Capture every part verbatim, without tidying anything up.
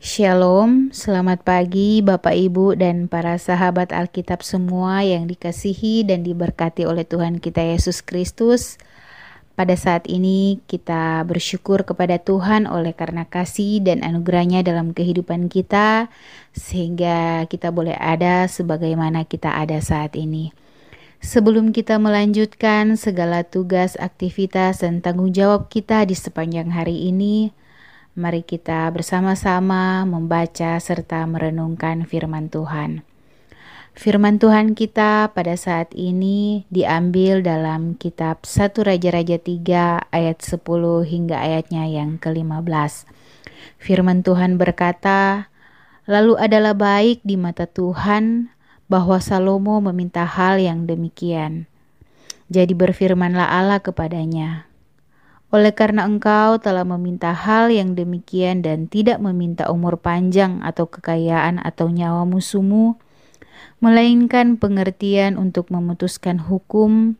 Shalom, selamat pagi Bapak Ibu dan para sahabat Alkitab semua yang dikasihi dan diberkati oleh Tuhan kita Yesus Kristus. Pada saat ini kita bersyukur kepada Tuhan oleh karena kasih dan anugerahnya dalam kehidupan kita, sehingga kita boleh ada sebagaimana kita ada saat ini. Sebelum kita melanjutkan segala tugas, aktivitas, dan tanggung jawab kita di sepanjang hari ini, mari kita bersama-sama membaca serta merenungkan firman Tuhan. Firman Tuhan kita pada saat ini diambil dalam kitab satu Raja-Raja tiga ayat sepuluh hingga ayatnya yang kelima belas. Firman Tuhan berkata, "Lalu adalah baik di mata Tuhan bahwa Salomo meminta hal yang demikian. Jadi berfirmanlah Allah kepadanya, oleh karena engkau telah meminta hal yang demikian dan tidak meminta umur panjang atau kekayaan atau nyawa musuhmu, melainkan pengertian untuk memutuskan hukum,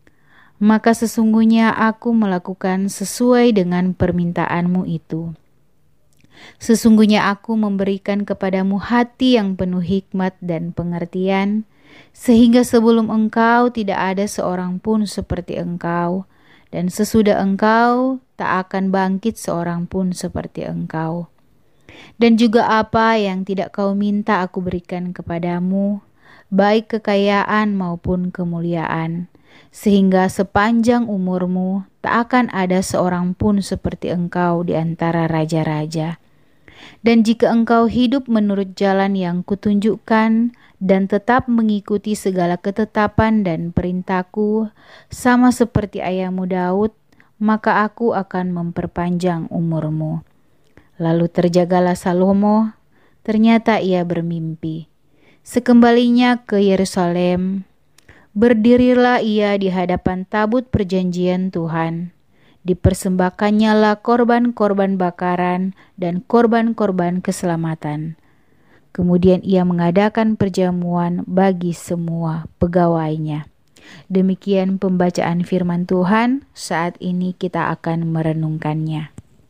maka sesungguhnya aku melakukan sesuai dengan permintaanmu itu. Sesungguhnya aku memberikan kepadamu hati yang penuh hikmat dan pengertian, sehingga sebelum engkau tidak ada seorang pun seperti engkau, dan sesudah engkau tak akan bangkit seorang pun seperti engkau. Dan juga apa yang tidak kau minta aku berikan kepadamu, baik kekayaan maupun kemuliaan, sehingga sepanjang umurmu tak akan ada seorang pun seperti engkau di antara raja-raja. Dan jika engkau hidup menurut jalan yang kutunjukkan dan tetap mengikuti segala ketetapan dan perintahku, sama seperti ayahmu Daud, maka aku akan memperpanjang umurmu." Lalu terjagalah Salomo, ternyata ia bermimpi. Sekembalinya ke Yerusalem, berdirilah ia di hadapan tabut perjanjian Tuhan. Dipersembahkannyalah korban-korban bakaran dan korban-korban keselamatan. Kemudian ia mengadakan perjamuan bagi semua pegawainya. Demikian pembacaan firman Tuhan, saat ini kita akan merenungkannya.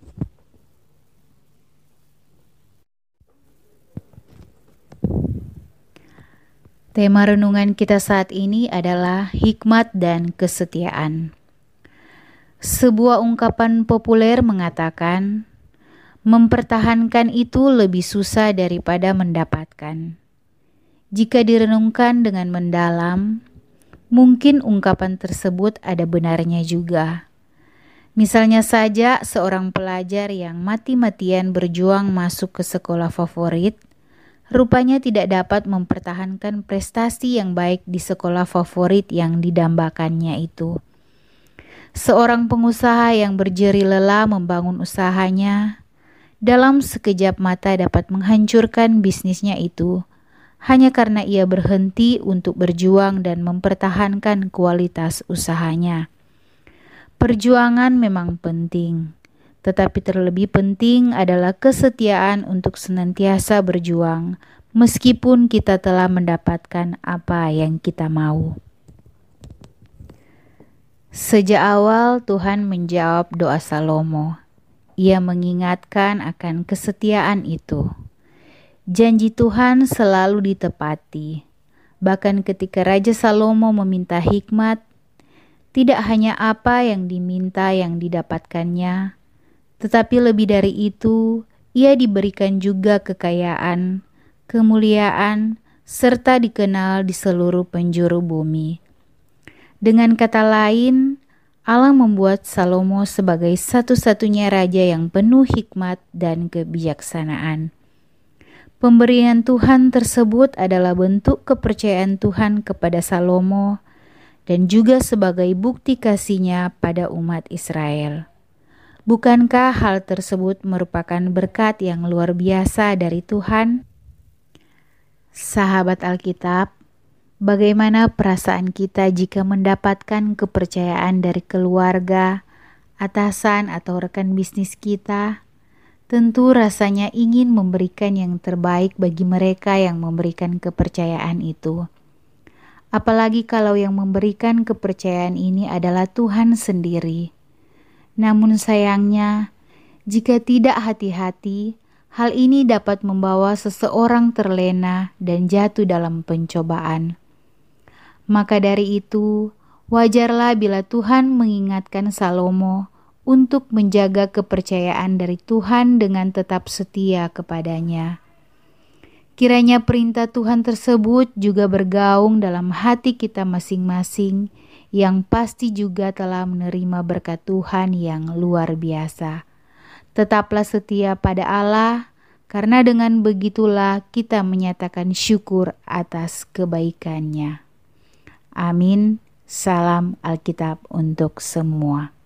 Tema renungan kita saat ini adalah hikmat dan kesetiaan. Sebuah ungkapan populer mengatakan, mempertahankan itu lebih susah daripada mendapatkan. Jika direnungkan dengan mendalam, mungkin ungkapan tersebut ada benarnya juga. Misalnya saja seorang pelajar yang mati-matian berjuang masuk ke sekolah favorit, rupanya tidak dapat mempertahankan prestasi yang baik di sekolah favorit yang didambakannya itu. Seorang pengusaha yang berjeri lelah membangun usahanya, dalam sekejap mata dapat menghancurkan bisnisnya itu, hanya karena ia berhenti untuk berjuang dan mempertahankan kualitas usahanya. Perjuangan memang penting, tetapi terlebih penting adalah kesetiaan untuk senantiasa berjuang, meskipun kita telah mendapatkan apa yang kita mau. Sejak awal Tuhan menjawab doa Salomo. Ia mengingatkan akan kesetiaan itu. Janji Tuhan selalu ditepati. Bahkan ketika Raja Salomo meminta hikmat, tidak hanya apa yang diminta yang didapatkannya, tetapi lebih dari itu, ia diberikan juga kekayaan, kemuliaan, serta dikenal di seluruh penjuru bumi. Dengan kata lain, Allah membuat Salomo sebagai satu-satunya raja yang penuh hikmat dan kebijaksanaan. Pemberian Tuhan tersebut adalah bentuk kepercayaan Tuhan kepada Salomo dan juga sebagai bukti kasih-Nya pada umat Israel. Bukankah hal tersebut merupakan berkat yang luar biasa dari Tuhan? Sahabat Alkitab, bagaimana perasaan kita jika mendapatkan kepercayaan dari keluarga, atasan, atau rekan bisnis kita? Tentu rasanya ingin memberikan yang terbaik bagi mereka yang memberikan kepercayaan itu. Apalagi kalau yang memberikan kepercayaan ini adalah Tuhan sendiri. Namun sayangnya, jika tidak hati-hati, hal ini dapat membawa seseorang terlena dan jatuh dalam pencobaan. Maka dari itu, wajarlah bila Tuhan mengingatkan Salomo untuk menjaga kepercayaan dari Tuhan dengan tetap setia kepadanya. Kiranya perintah Tuhan tersebut juga bergaung dalam hati kita masing-masing yang pasti juga telah menerima berkat Tuhan yang luar biasa. Tetaplah setia pada Allah, karena dengan begitulah kita menyatakan syukur atas kebaikan-Nya. Amin. Salam Alkitab untuk semua.